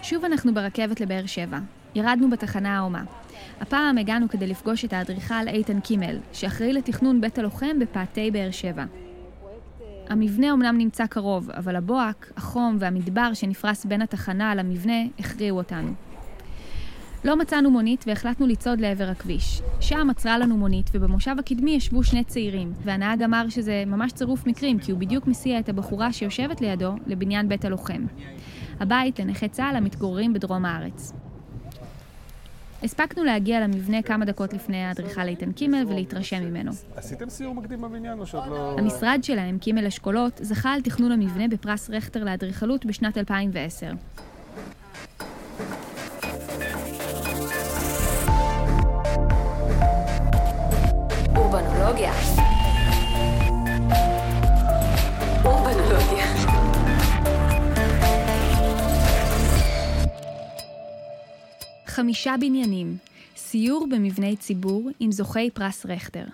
שוב אנחנו ברכבת לבאר שבע. ירדנו בתחנה האומה. הפעם הגענו כדי לפגוש את האדריכל איתן קימל, שאחראי לתכנון בית הלוחם בפאתי באר שבע. המבנה אומנם נמצא קרוב, אבל הבוהק, החום והמדבר שנפרס בין התחנה למבנה הכריעו אותנו. לא מצאנו מונית והחלטנו לצעוד לעבר הכביש. שם עצרה לנו מונית ובמושב הקדמי ישבו שני צעירים, והנהג אמר שזה ממש צירוף מקרים כי הוא בדיוק מסיע את הבחורה שיושבת לידו לבניין בית הלוחם. הבית לנכי צה"ל המתגוררים בדרום הארץ. הספקנו להגיע למבנה כמה דקות לפני האדריכל איתן קימל ולהתרשם ממנו. עשיתם סיור מקדים בבניין או שאת לא... המשרד שלהם, קימל אשכולות, זכה על תכנון המבנה בפרס רכטר לאדריכלות בשנת 2010. אורבנולוגיה. אורבנולוגיה. חמישה בניינים, סיור במבני ציבור עם זוכי פרס רכטר.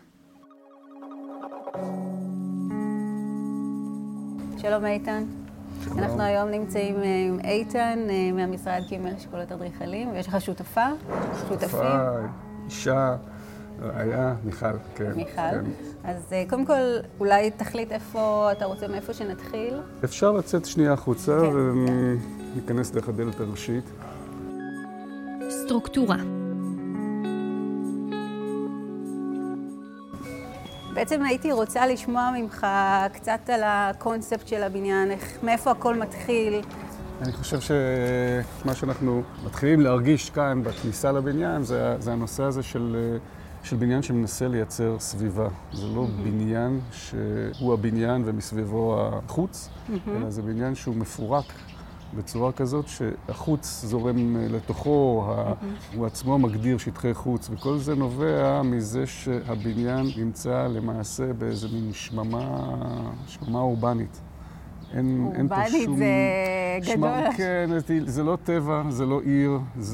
שלום איתן. שלום. אנחנו היום נמצאים עם איתן מהמשרד קימל אשכולות אדריכלים, ויש לך שותפה? שותפים? אישה, היה, מיכל, כן. מיכל. כן. אז קודם כל, אולי תחליט איפה אתה רוצה, מאיפה שנתחיל? אפשר לצאת שנייה החוצה כן, וניכנס דרך הדלת הראשית. סטרוקטורה. בעצם הייתי רוצה לשמוע ממך קצת על הקונספט של הבניין, מאיפה הכל מתחיל. אני חושב שמה שאנחנו מתחילים להרגיש כאן בכניסה לבניין זה הנושא הזה של בניין שמנסה לייצר סביבה. זה לא בניין שהוא הבניין ומסביבו החוץ, אלא זה בניין שהוא מפורק בצורה כזאת שהחוץ זורם לתוכו, הוא עצמו מגדיר שטחי חוץ, וכל זה נובע מזה שהבניין נמצא למעשה באיזה מין שממה אורבנית. אורבנית זה גדול. כן, זה לא טבע, זה לא עיר,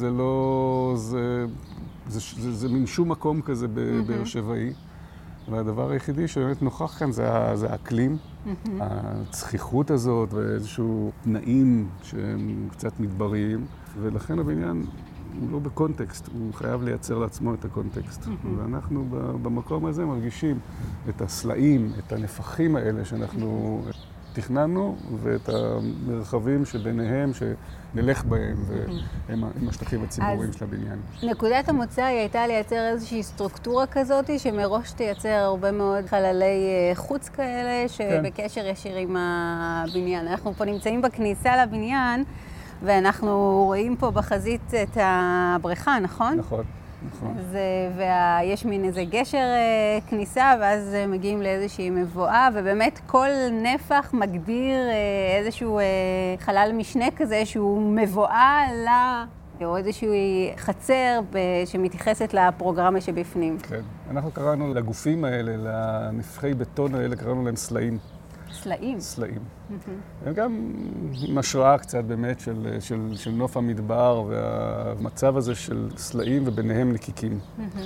זה מין שום מקום כזה בבאר שבעי. והדבר היחידי שבאמת נוכח כאן זה האקלים, הצחיחות הזאת ואיזשהו תנאים שהם קצת מדבריים, ולכן הבניין הוא לא בקונטקסט, הוא חייב לייצר לעצמו את הקונטקסט. ואנחנו במקום הזה מרגישים את הסלעים, את הנפחים האלה שאנחנו תכננו, ואת המרחבים שביניהם שנלך בהם, והם השטחים הציבוריים של הבניין. נקודת המוצא היא הייתה לייצר איזושהי סטרוקטורה כזאת, שמראש תייצר הרבה מאוד חללי חוץ כאלה, שבקשר ישיר עם הבניין. אנחנו פה נמצאים בכניסה לבניין, ואנחנו רואים פה בחזית את הבריכה, נכון? נכון. נכון. ויש מין איזה גשר כניסה, ואז מגיעים לאיזושהי מבואה, ובאמת כל נפח מגדיר איזשהו חלל משנה כזה, שהוא מבואה או איזושהי חצר שמתייחסת לפרוגרמה שבפנים. כן. אנחנו קראנו לגופים האלה, לנפחי בטון האלה, קראנו להם סלעים. סלעים? סלעים. הם גם עם השראה קצת באמת של נוף המדבר והמצב הזה של סלעים וביניהם לקיקים.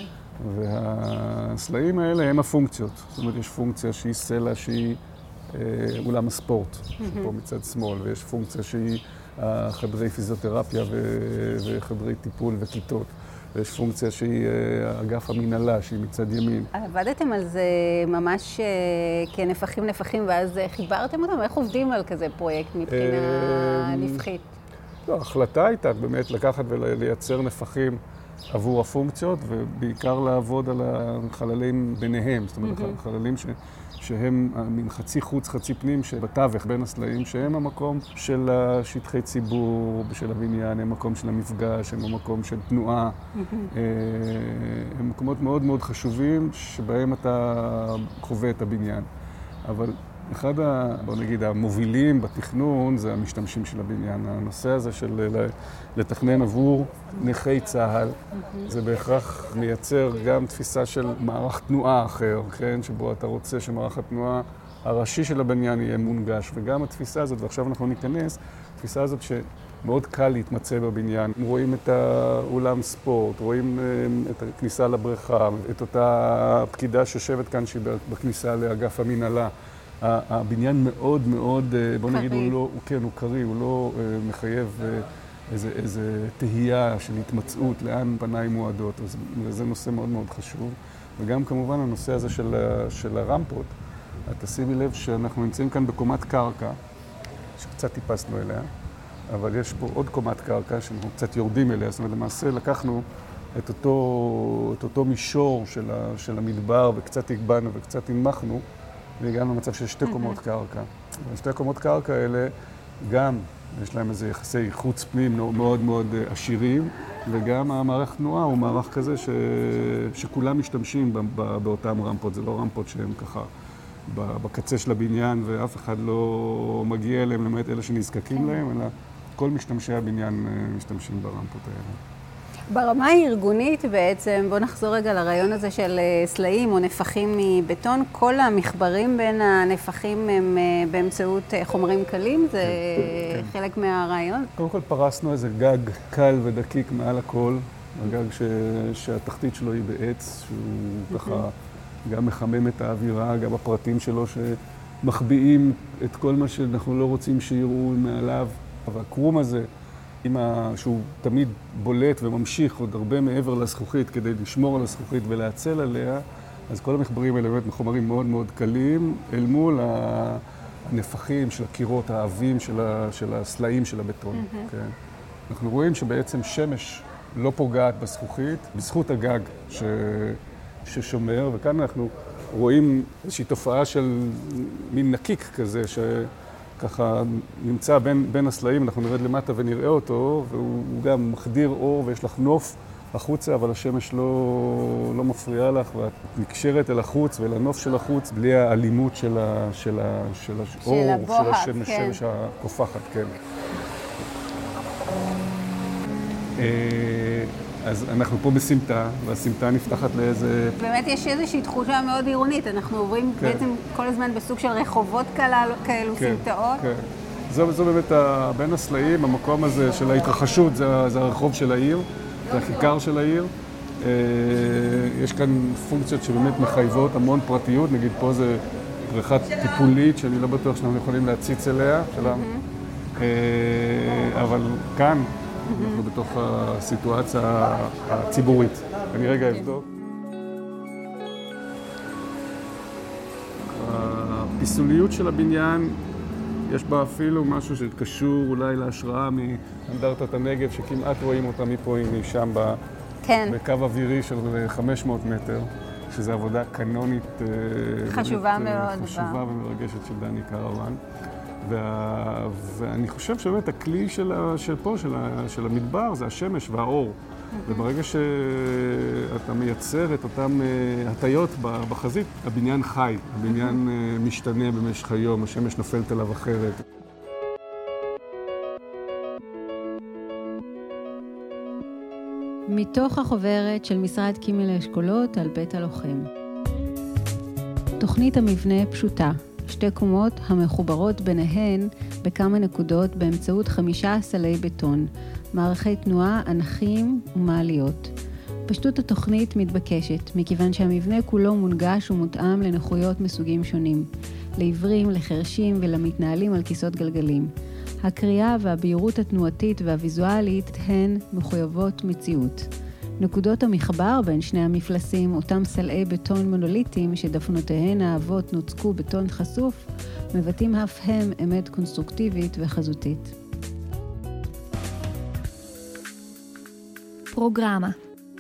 והסלעים האלה הם הפונקציות. זאת אומרת, יש פונקציה שהיא סלע שהיא אולם הספורט, פה מצד שמאל, ויש פונקציה שהיא חדרי פיזיותרפיה וחדרי טיפול וכיתות. ויש פונקציה שהיא אגף המנהלה, שהיא מצד ימין. עבדתם על זה ממש כנפחים, ואז חיברתם אותם? איך עובדים על כזה פרויקט מבחינה נפחית? לא, ההחלטה הייתה באמת לקחת ולייצר נפחים עבור הפונקציות, ובעיקר לעבוד על החללים ביניהם. זאת אומרת, החללים שהם מין חצי חוץ, חצי פנים, שבתווך בין הסלעים, שהם המקום של שטחי ציבור, של הבניין, הם מקום של המפגש, הם המקום של תנועה. הם מקומות מאוד מאוד חשובים, שבהם אתה חווה את הבניין. אבל אחד, בוא נגיד, המובילים בתכנון זה המשתמשים של הבניין. הנושא הזה של לתכנן עבור נכי צה"ל, זה בהכרח מייצר גם תפיסה של מערך תנועה אחר, כן? שבו אתה רוצה שמערך התנועה הראשי של הבניין יהיה מונגש, וגם התפיסה הזאת, ועכשיו אנחנו ניכנס, התפיסה הזאת שמאוד קל להתמצא בבניין. רואים את האולם ספורט, רואים את הכניסה לבריכה, את אותה פקידה שיושבת כאן שהיא בכניסה לאגף המנהלה. הבניין מאוד מאוד, בוא נגיד, הוא קריא, הוא לא מחייב איזה תהייה של התמצאות, לאן פניי מועדות. אז זה נושא מאוד מאוד חשוב. וגם כמובן הנושא הזה של הרמפות. תשימי לב שאנחנו נמצאים כאן בקומת קרקע, שקצת טיפסנו אליה, אבל יש פה עוד קומת קרקע שאנחנו קצת יורדים אליה. זאת אומרת, למעשה לקחנו את אותו מישור של המדבר, וקצת הגבנו וקצת הנמכנו, והגענו למצב של שתי קומות קרקע. שתי קומות קרקע האלה גם יש להם איזה יחסי חוץ פנים מאוד מאוד עשירים, וגם המערך תנועה הוא מערך כזה שכולם משתמשים באותם רמפות. זה לא רמפות שהם ככה בקצה של הבניין ואף אחד לא מגיע אליהם למעט אלה שנזקקים להם, אלא כל משתמשי הבניין משתמשים ברמפות האלה. ברמה הארגונית בעצם, בואו נחזור רגע לרעיון הזה של סלעים או נפחים מבטון. כל המחברים בין הנפחים הם באמצעות חומרים קלים? זה חלק מהרעיון? קודם כל פרסנו איזה גג קל ודקיק מעל הכל, הגג שהתחתית שלו היא בעץ, שהוא ככה גם מחמם את האווירה, גם הפרטים שלו שמחביאים את כל מה שאנחנו לא רוצים שיראו מעליו. והקרום הזה, שהוא תמיד בולט וממשיך עוד הרבה מעבר לזכוכית כדי לשמור על הזכוכית ולהצל עליה, אז כל המחברים האלה באמת מחומרים מאוד מאוד קלים, אל מול הנפחים של הקירות העבים של הסלעים של הבטון. כן? אנחנו רואים שבעצם שמש לא פוגעת בזכוכית, בזכות הגג ששומר, וכאן אנחנו רואים איזושהי תופעה של מין נקיק כזה, ככה נמצא בין הסלעים, אנחנו נרד למטה ונראה אותו, והוא גם מחדיר אור ויש לך נוף החוצה, אבל השמש לא מפריעה לך, ואת נקשרת אל החוץ ואל הנוף של החוץ, בלי האלימות של האור, של השמש הקופחת, כן. אז אנחנו פה בסמטה, והסמטה נפתחת לאיזה... באמת יש איזושהי תחושה מאוד עירונית, אנחנו עוברים בעצם כל הזמן בסוג של רחובות כאלו, סמטאות. כן, זו באמת בין הסלעים, המקום הזה של ההתרחשות, זה הרחוב של העיר, זה הכיכר של העיר. יש כאן פונקציות שבאמת מחייבות המון פרטיות, נגיד פה זה בריכה טיפולית שאני לא בטוח שאנחנו יכולים להציץ אליה, אבל כאן, אנחנו בתוך הסיטואציה הציבורית. אני רגע אבדוק. הפיסוליות של הבניין, יש בה אפילו משהו שקשור אולי להשראה מאנדרטת הנגב, שכמעט רואים אותה מפה משם בקו אווירי של 500 מטר, שזו עבודה קנונית חשובה מאוד. חשובה ומרגשת של דני קרוון. ואני חושב שבאמת הכלי של פה, של המדבר, זה השמש והאור. וברגע שאתה מייצר את אותם הטיות בחזית, הבניין חי, הבניין משתנה במשך היום, השמש נופלת עליו אחרת. מתוך החוברת של משרד קימל לאשכולות על בית הלוחם. תוכנית המבנה פשוטה. שתי קומות המחוברות ביניהן בכמה נקודות באמצעות 5 סלי בטון, מערכי תנועה, אנכים ומעליות. פשטות התוכנית מתבקשת, מכיוון שהמבנה כולו מונגש ומותאם לנכויות מסוגים שונים, לעיוורים, לחרשים ולמתנהלים על כיסאות גלגלים. הקריאה והבהירות התנועתית והוויזואלית הן מחויבות מציאות. נקודות המחבר בין שני המפלסים, אותם סלעי בטון מונוליטיים שדפנותיהן האבות נוצקו בטון חשוף, מבטאים אף הם אמת קונסטרוקטיבית וחזותית. פרוגרמה.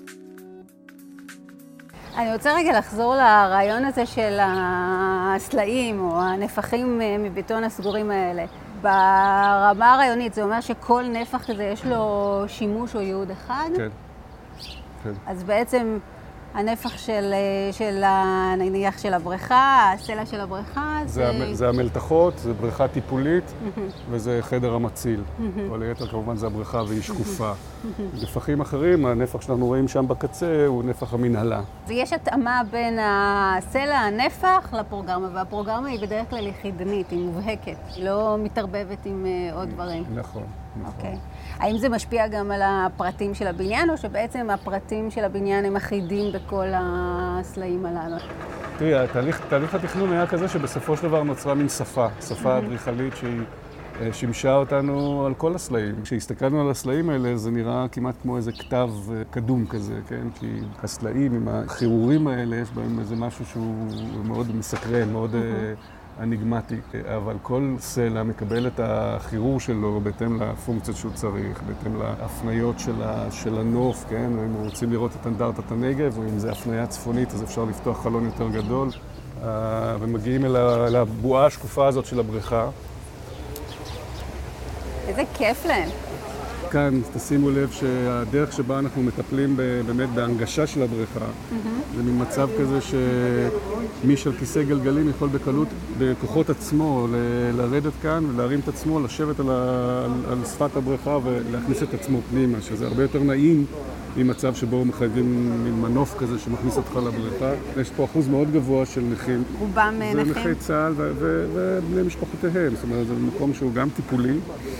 אני רוצה רגע לחזור לרעיון הזה של הסלעים או הנפחים מבטון הסגורים האלה. ברמה הרעיונית זה אומר שכל נפח כזה יש לו שימוש או ייעוד אחד? כן. כן. אז בעצם הנפח נניח של הבריכה, הסלע של הבריכה, זה המלתחות, זה בריכה טיפולית וזה חדר המציל. כל היתר כמובן זה הבריכה והיא שקופה. נפחים אחרים, הנפח שאנחנו רואים שם בקצה הוא נפח המנהלה. ויש התאמה בין הסלע, הנפח, לפרוגרמה, והפרוגרמה היא בדרך כלל יחידנית, היא מובהקת, היא לא מתערבבת עם עוד דברים. נכון. אוקיי. האם זה משפיע גם על הפרטים של הבניין, או שבעצם הפרטים של הבניין הם אחידים בכל הסלעים הללו? תראי, תהליך התכנון היה כזה שבסופו של דבר נוצרה מין שפה אדריכלית שהיא שימשה אותנו על כל הסלעים. כשהסתכלנו על הסלעים האלה, זה נראה כמעט כמו איזה כתב קדום כזה, כן? כי הסלעים עם החירורים האלה, יש בהם איזה משהו שהוא מאוד מסקרן, מאוד אניגמטי. אבל כל סלע מקבל את החירור שלו בהתאם לפונקציות שהוא צריך, בהתאם להפניות של הנוף, כן? אם רוצים לראות את אנדרטת הנגב, או אם זה הפניה צפונית, אז אפשר לפתוח חלון יותר גדול. ומגיעים אל הבועה השקופה הזאת של הבריכה. איזה כיף להם. כאן תשימו לב שהדרך שבה אנחנו מטפלים באמת בהנגשה של הבריכה, זה מין מצב כזה שמי של כיסא גלגלים יכול בקלות, בכוחות עצמו, לרדת כאן ולהרים את עצמו, לשבת על שפת הבריכה ולהכניס את עצמו פנימה, שזה הרבה יותר נעים ממצב שבו מחייבים מנוף כזה שמכניס אותך לבריכה. יש פה אחוז מאוד גבוה של נכים. רובם נכים? זה נכי צה"ל ובני משפחותיהם, זאת אומרת, זה מקום שהוא גם טיפולי,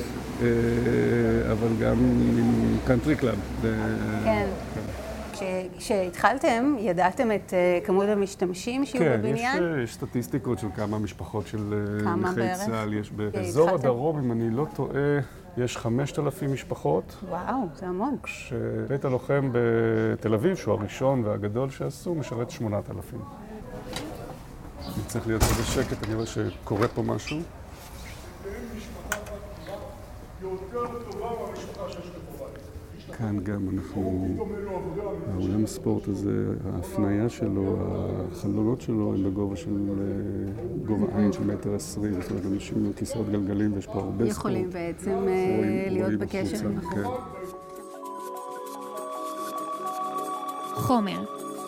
אבל גם עם קאנטרי קלאב. כן. כשהתחלתם, ידעתם את כמות המשתמשים שיהיו בבניין? כן, יש סטטיסטיקות של כמה משפחות של נכי צה"ל. יש באזור התחלתם? הדרום, אם אני לא טועה, יש 5,000 משפחות. וואו, זה המון. כשבית הלוחם בתל אביב, שהוא הראשון והגדול שעשו, משרת 8,000. אני צריך להיות איזה שקט, אני רואה שקורה פה משהו. כאן גם אנחנו, העולם הספורט הזה, ההפניה שלו, החלונות שלו הם בגובה של גובה עין של 1.20 מטר, זאת אומרת, אנשים עם כיסאות גלגלים ויש פה הרבה ספורט. יכולים בעצם להיות בקשר עם החוק. חומר.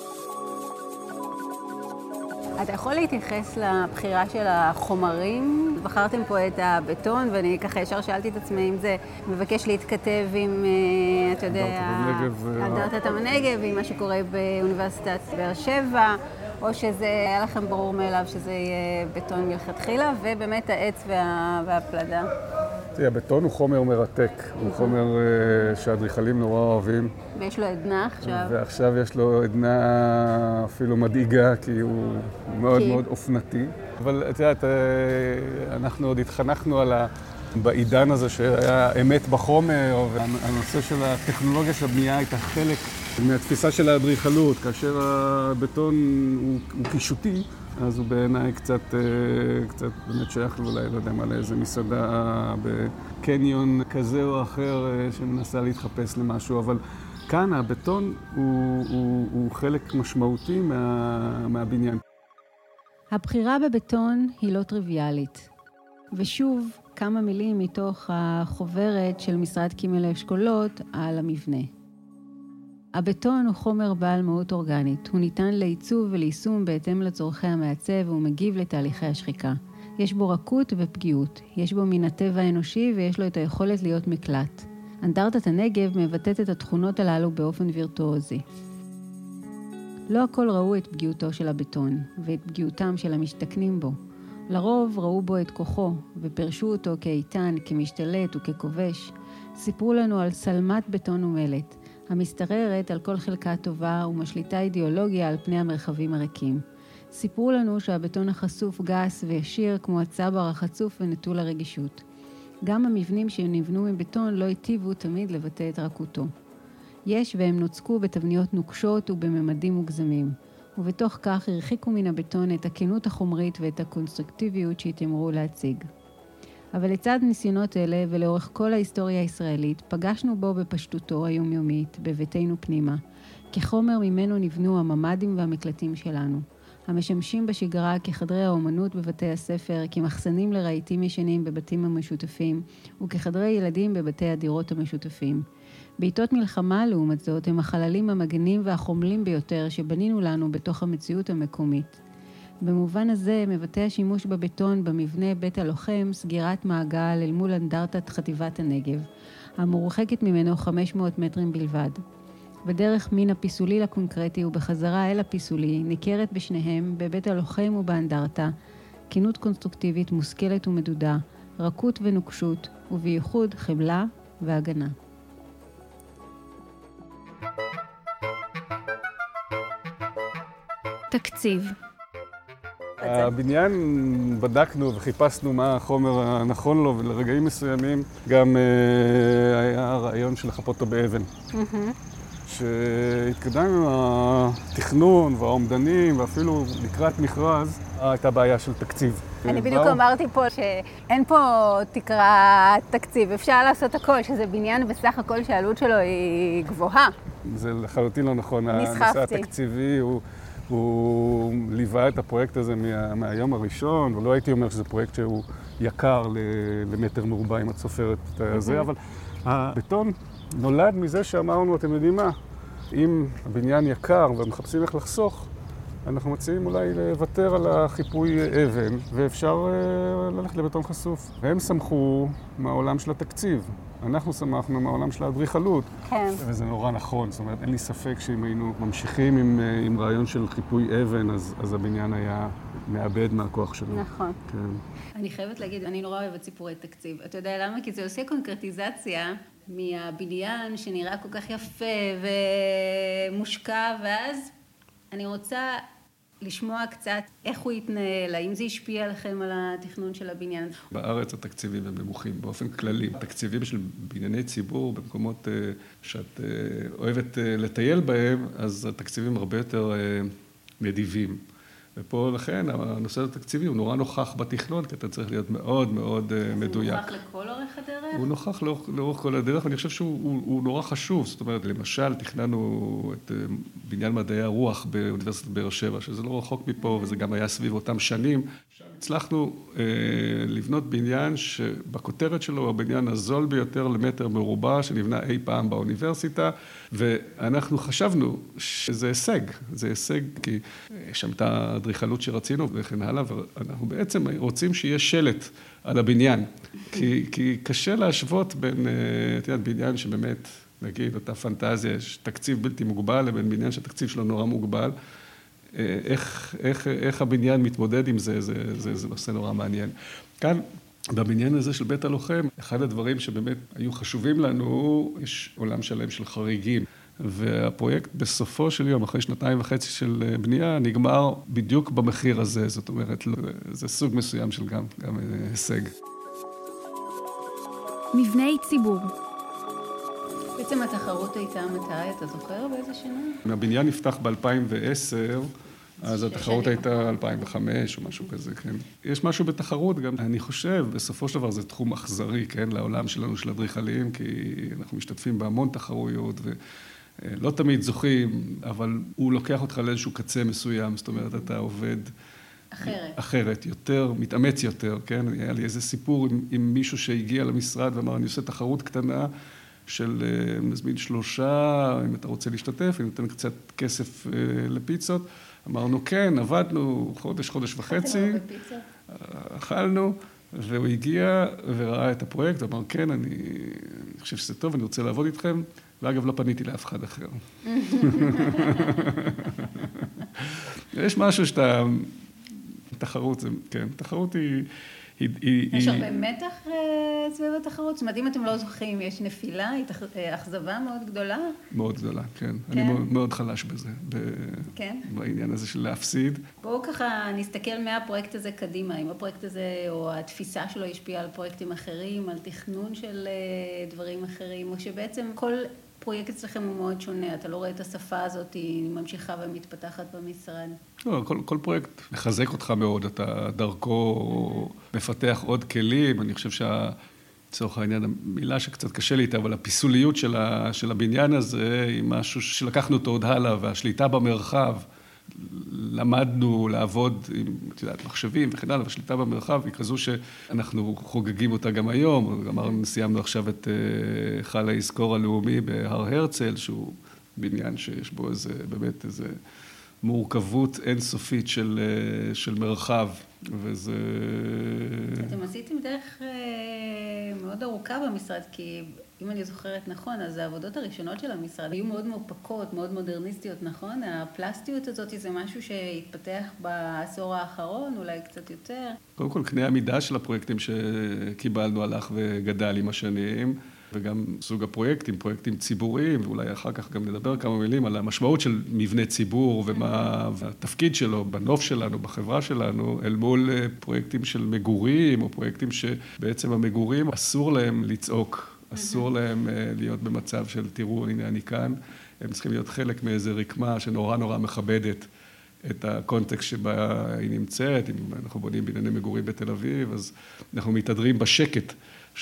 אתה יכול להתייחס לבחירה של החומרים? בחרתם פה את הבטון, ואני ככה ישר שאלתי את עצמי אם זה מבקש להתכתב עם, אתה יודע, אנדרטת הנגב, עם מה שקורה באוניברסיטת באר שבע, או שזה היה לכם ברור מאליו שזה יהיה בטון מלכתחילה, ובאמת העץ והפלדה. תראה, הבטון הוא חומר מרתק, הוא חומר שהאדריכלים נורא אוהבים. ויש לו עדנה עכשיו. ועכשיו יש לו עדנה אפילו מדאיגה, כי הוא מאוד מאוד אופנתי. אבל את יודעת, אנחנו עוד התחנכנו בעידן הזה שהיה אמת בחומר, והנושא של הטכנולוגיה של הבנייה הייתה חלק מהתפיסה של האדריכלות, כאשר הבטון הוא קישוטי. אז הוא בעיניי קצת באמת שייך לו אולי, לא יודע מה, לאיזה מסעדה בקניון כזה או אחר שמנסה להתחפש למשהו, אבל כאן הבטון הוא חלק משמעותי מהבניין. הבחירה בבטון היא לא טריוויאלית. ושוב, כמה מילים מתוך החוברת של משרד קימל האשכולות על המבנה. הבטון הוא חומר בעל מהות אורגנית. הוא ניתן לעיצוב וליישום בהתאם לצורכי המעצב והוא מגיב לתהליכי השחיקה. יש בו רכות ופגיעות. יש בו מן הטבע האנושי ויש לו את היכולת להיות מקלט. אנדרטת הנגב מבטאת את התכונות הללו באופן וירטואוזי. לא הכל ראו את פגיעותו של הבטון ואת פגיעותם של המשתכנים בו. לרוב ראו בו את כוחו ופרשו אותו כאיתן, כמשתלט וככובש. סיפרו לנו על שלמת בטון ומלט. המשתררת על כל חלקה טובה ומשליטה אידיאולוגיה על פני המרחבים הריקים. סיפרו לנו שהבטון החשוף גס וישיר כמו הצבר החצוף ונטול הרגישות. גם המבנים שנבנו מבטון לא היטיבו תמיד לבטא את רכותו. יש והם נוצקו בתבניות נוקשות ובממדים מוגזמים, ובתוך כך הרחיקו מן הבטון את הכנות החומרית ואת הקונסטרוקטיביות שהתיימרו להציג. אבל לצד ניסיונות אלה ולאורך כל ההיסטוריה הישראלית, פגשנו בו בפשטותו היומיומית, בביתנו פנימה, כחומר ממנו נבנו הממדים והמקלטים שלנו, המשמשים בשגרה כחדרי האומנות בבתי הספר, כמחסנים לרהיטים ישנים בבתים המשותפים, וכחדרי ילדים בבתי הדירות המשותפים. בעיתות מלחמה, לעומת זאת, הם החללים המגנים והחומלים ביותר שבנינו לנו בתוך המציאות המקומית. במובן הזה מבטא השימוש בבטון במבנה בית הלוחם סגירת מעגל אל מול אנדרטת חטיבת הנגב, המורחקת ממנו 500 מטרים בלבד. בדרך מן הפיסולי לקונקרטי ובחזרה אל הפיסולי ניכרת בשניהם, בבית הלוחם ובאנדרטה, כנות קונסטרוקטיבית מושכלת ומדודה, רכות ונוקשות, ובייחוד חמלה והגנה. תקציב. הבניין בדקנו וחיפשנו מה החומר הנכון לו, ולרגעים מסוימים גם היה רעיון של לחפות אותו באבן. שהתקדמנו עם התכנון והעומדנים ואפילו לקראת מכרז, הייתה בעיה של תקציב. אני בדיוק אמרתי פה שאין פה תקרה תקציב, אפשר לעשות הכל, שזה בניין בסך הכל שהעלות שלו היא גבוהה. זה לחלוטין לא נכון. הנושא התקציבי הוא ליווה את הפרויקט הזה מהיום הראשון, ולא הייתי אומר שזה פרויקט שהוא יקר למטר מרובע אם את סופרת את זה, אבל הבטון נולד מזה שאמרנו, אתם יודעים מה, אם הבניין יקר ומחפשים איך לחסוך, אנחנו מציעים אולי לוותר על החיפוי אבן, ואפשר ללכת לבטון חשוף. והם שמחו מהעולם של התקציב. אנחנו שמחנו מהעולם של האדריכלות. כן. וזה נורא נכון, זאת אומרת, אין לי ספק שאם היינו ממשיכים עם רעיון של חיפוי אבן, אז הבניין היה מאבד מהכוח שלו. נכון. כן. אני חייבת להגיד, אני נורא אוהבת סיפורי תקציב. אתה יודע למה? כי זה עושה קונקרטיזציה מהבניין שנראה כל כך יפה ומושקע, ואז אני רוצה לשמוע קצת איך הוא יתנהל, האם זה השפיע עליכם על התכנון של הבניין. בארץ התקציבים הם נמוכים באופן כללי. התקציבים של בנייני ציבור במקומות שאת אוהבת לטייל בהם, אז התקציבים הרבה יותר נדיבים. ופה לכן הנושא התקציבי הוא נורא נוכח בתכנון, כי אתה צריך להיות מאוד מאוד מדויק. הוא נוכח לכל אורך הדרך? הוא נוכח לאורך כל הדרך, ואני חושב שהוא נורא חשוב. זאת אומרת, למשל, תכננו את בניין מדעי הרוח באוניברסיטת באר שבע, שזה לא רחוק מפה, וזה גם היה סביב אותם שנים. הצלחנו לבנות בניין שבכותרת שלו הוא הבניין הזול ביותר למטר מרובע, שנבנה אי פעם באוניברסיטה, ואנחנו חשבנו שזה הישג. זה הישג כי יש שם את האדריכלות שרצינו וכן הלאה, ואנחנו בעצם רוצים שיהיה שלט על הבניין. כי קשה להשוות בין, את יודעת, בניין שבאמת, נגיד, אותה פנטזיה, יש תקציב בלתי מוגבל, לבין בניין שהתקציב שלו נורא מוגבל. איך הבניין מתמודד עם זה, זה נושא נורא מעניין. כאן, בבניין הזה של בית הלוחם, אחד הדברים שבאמת היו חשובים לנו, יש עולם שלם של חריגים. והפרויקט בסופו של יום, אחרי 2.5 של בנייה, נגמר בדיוק במחיר הזה. זאת אומרת, זה סוג מסוים של גם הישג. מבני ציבור. בעצם התחרות הייתה מתי, אתה זוכר באיזה שנה? הבניין נפתח ב-2010, אז התחרות הייתה 2005 או משהו כזה, כן. יש משהו בתחרות גם, אני חושב, בסופו של דבר זה תחום אכזרי, כן, לעולם שלנו של אדריכלים, כי אנחנו משתתפים בהמון תחרויות ולא תמיד זוכים, אבל הוא לוקח אותך לאיזשהו קצה מסוים, זאת אומרת, אתה עובד אחרת, יותר, מתאמץ יותר, כן. היה לי איזה סיפור עם מישהו שהגיע למשרד ואמר, אני עושה תחרות קטנה, של מזמין 3, אם אתה רוצה להשתתף, אני נותן קצת כסף לפיצות. אמרנו, כן, עבדנו חודש וחצי, אכלנו, והוא הגיע וראה את הפרויקט, אמר, כן, אני חושב שזה טוב, אני רוצה לעבוד איתכם, ואגב, לא פניתי לאף אחד אחר. יש משהו שאתה, תחרות, כן, תחרות היא... יש הרבה מתח סביב התחרות? זאת אומרת, אם אתם לא זוכרים, יש נפילה, אכזבה מאוד גדולה? מאוד גדולה, כן. אני מאוד חלש בזה, בעניין הזה של להפסיד. בואו ככה נסתכל מהפרויקט הזה קדימה, אם הפרויקט הזה או התפיסה שלו השפיעה על פרויקטים אחרים, על תכנון של דברים אחרים, או שבעצם כל פרויקט אצלכם הוא מאוד שונה, אתה לא רואה את השפה הזאת, היא ממשיכה ומתפתחת במשרד. לא, כל פרויקט מחזק אותך מאוד, אתה דרכו מפתח עוד כלים, אני חושב לצורך העניין, המילה שקצת קשה לי איתה, אבל הפיסוליות של הבניין הזה היא משהו שלקחנו אותו עוד הלאה, והשליטה במרחב, למדנו לעבוד עם, את יודעת, מחשבים וכן הלאה, והשליטה במרחב היא כזו שאנחנו חוגגים אותה גם היום, אמרנו, סיימנו עכשיו את היכל היזכור הלאומי בהר הרצל, שהוא בניין שיש בו באמת איזה מורכבות אינסופית של מרחב, וזה... אתם עשיתם דרך מאוד ארוכה במשרד, כי אם אני זוכרת נכון, אז העבודות הראשונות של המשרד היו מאוד מאופקות, מאוד מודרניסטיות, נכון? הפלסטיות הזאת זה משהו שהתפתח בעשור האחרון, אולי קצת יותר. קודם כל, קנה המידה של הפרויקטים שקיבלנו הלך וגדל עם השנים. וגם סוג הפרויקטים, פרויקטים ציבוריים, ואולי אחר כך גם נדבר כמה מילים על המשמעות של מבנה ציבור ומה התפקיד שלו בנוף שלנו, בחברה שלנו, אל מול פרויקטים של מגורים, או פרויקטים שבעצם המגורים אסור להם לצעוק, אסור להם להיות במצב של תראו, הנה אני כאן, הם צריכים להיות חלק מאיזו רקמה שנורא נורא מכבדת את הקונטקסט שבה היא נמצאת. אם אנחנו בונים בנייני מגורים בתל אביב, אז אנחנו מתהדרים בשקט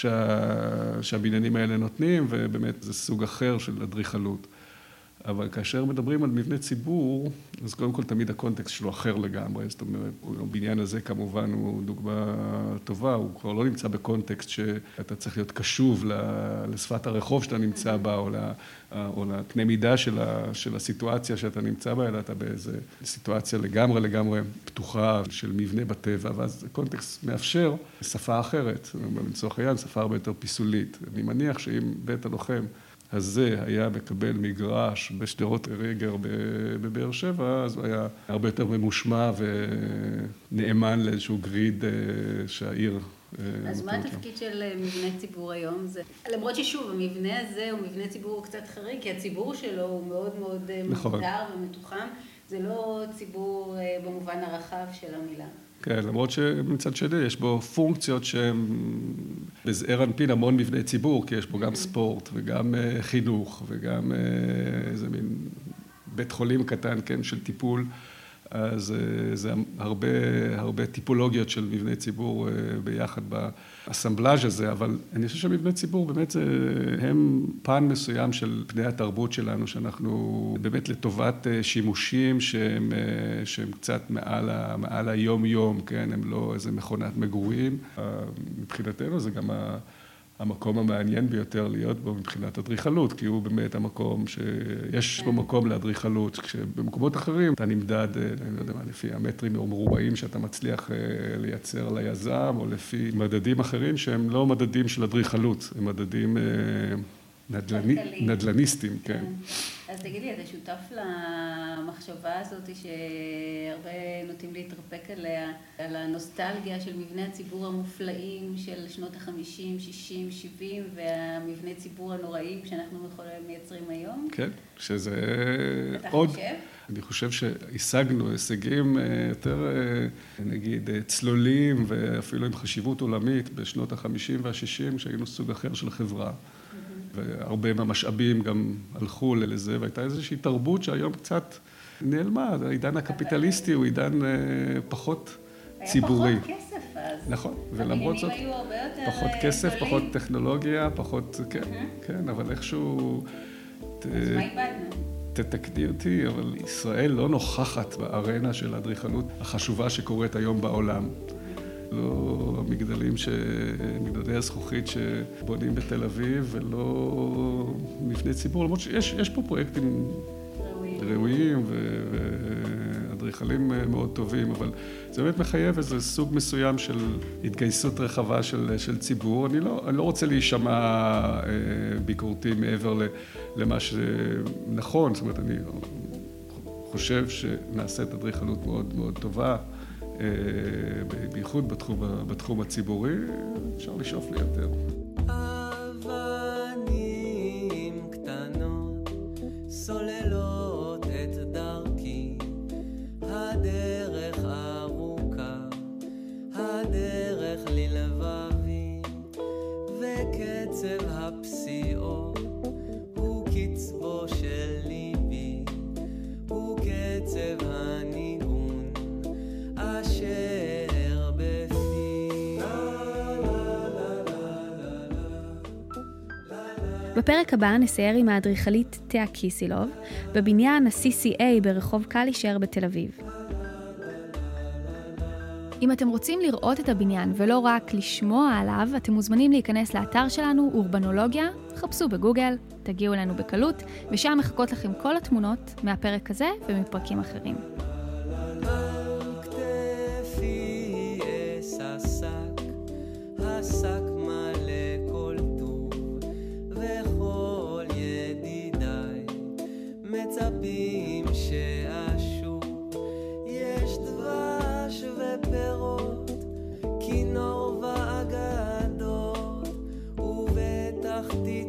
שהבניינים האלה נותנים, ובאמת זה סוג אחר של אדריכלות. אבל כאשר מדברים על מבנה ציבור, אז קודם כל תמיד הקונטקסט שלו אחר לגמרי. זאת אומרת, הבניין הזה כמובן הוא דוגמה טובה, הוא כבר לא נמצא בקונטקסט שאתה צריך להיות קשוב לשפת הרחוב שאתה נמצא בה, או לקנה מידה של הסיטואציה שאתה נמצא בה, אלא אתה באיזו סיטואציה לגמרי פתוחה של מבנה בטבע, ואז הקונטקסט מאפשר שפה אחרת, לצורך העניין, שפה הרבה יותר פיסולית. אני מניח שאם בית הלוחם הזה היה מקבל מגרש בשדרות רגר בבאר שבע, אז הוא היה הרבה יותר ממושמע ונאמן לאיזשהו גריד שהעיר... אז מה התפקיד של מבנה ציבור היום? למרות ששוב, המבנה הזה הוא מבנה ציבור קצת חריג, כי הציבור שלו הוא מאוד מאוד מוגדר ומתוחם. זה לא ציבור במובן הרחב של המילה. כן, למרות שמצד שני יש בו פונקציות שהן בזעיר אנפין המון מבני ציבור, כי יש בו גם ספורט וגם חינוך וגם איזה מין בית חולים קטן, כן, של טיפול. אז זה הרבה טיפולוגיות של מבני ציבור ביחד באסמבלאז' הזה, אבל אני חושב שמבני ציבור באמת הם פן מסוים של פני התרבות שלנו, שאנחנו באמת לטובת שימושים שהם קצת מעל היום-יום, כן, הם לא איזה מכונת מגורים. מבחינתנו זה גם המקום המעניין ביותר להיות בו מבחינת אדריכלות, כי הוא באמת המקום שיש בו מקום לאדריכלות, כשבמקומות אחרים אתה נמדד, אני לא יודע מה, לפי המטרים מרובעים שאתה מצליח לייצר ליזם, או לפי מדדים אחרים שהם לא מדדים של אדריכלות, הם מדדים נדלניסטים, כן. אז תגיד לי, אתה שותף למחשבה הזאת שהרבה נוטים להתרפק עליה, על הנוסטלגיה של מבני הציבור המופלאים של שנות ה-50, 60, 70, והמבני ציבור הנוראים שאנחנו מייצרים היום? כן, שזה אתה עוד... חושב? אני חושב שהשגנו הישגים יותר, נגיד, צלולים ואפילו עם חשיבות עולמית בשנות ה-50 וה-60, שהיינו סוג אחר של חברה. והרבה מהמשאבים גם הלכו לזה, והייתה איזושהי תרבות שהיום קצת נעלמה. העידן הקפיטליסטי הוא עידן פחות ציבורי. היה פחות כסף אז. נכון, ולמרות זאת, פחות כסף, פחות טכנולוגיה, פחות, כן, אבל איכשהו... אז מה איבדנו? תתקני אותי, אבל ישראל לא נוכחת בארנה של האדריכלות החשובה שקורית היום בעולם. לא מגדלי הזכוכית שבונים בתל אביב, ולא מבני ציבור, למרות שיש פה פרויקטים ראויים ואדריכלים מאוד טובים, אבל זה באמת מחייב איזה סוג מסוים של התגייסות רחבה של ציבור. אני לא רוצה להישמע ביקורתי מעבר למה שנכון, זאת אומרת, אני חושב שנעשית אדריכלות מאוד מאוד טובה, בייחוד בתחום הציבורי, אפשר לשאוף ליותר. אבנים קטנות סוללות את דרכי, הדרך ארוכה, הדרך ללבבי, וקצב הפסיעות הוא קצבו של ליבי, הוא קצב הניגון אשר בפי. בפרק הבא נסייר עם האדריכלית תאה קיסילוב בבניין ה-CCA ברחוב קלישר בתל אביב. אם אתם רוצים לראות את הבניין ולא רק לשמוע עליו, אתם מוזמנים להיכנס לאתר שלנו, אורבנולוגיה, חפשו בגוגל, תגיעו אלינו בקלות, ושם מחכות לכם כל התמונות מהפרק הזה ומפרקים אחרים. השק מלא כל טוב, וכל ידידיי מצפים שאשוב. יש דבש ופירות, כינור ואגדות, ובתחתית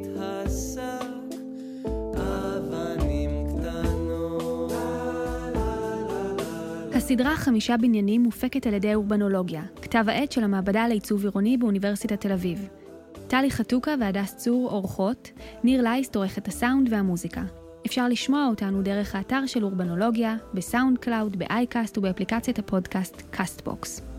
הסדרה 5 בניינים מופקת על ידי אורבנולוגיה, כתב העת של המעבדה לעיצוב עירוני באוניברסיטת תל אביב. טלי חתוקה והדס צור עורכות, ניר לייסט עורך את הסאונד והמוזיקה. אפשר לשמוע אותנו דרך האתר של אורבנולוגיה, בסאונד קלאוד, באייקאסט ובאפליקציית הפודקאסט קאסטבוקס.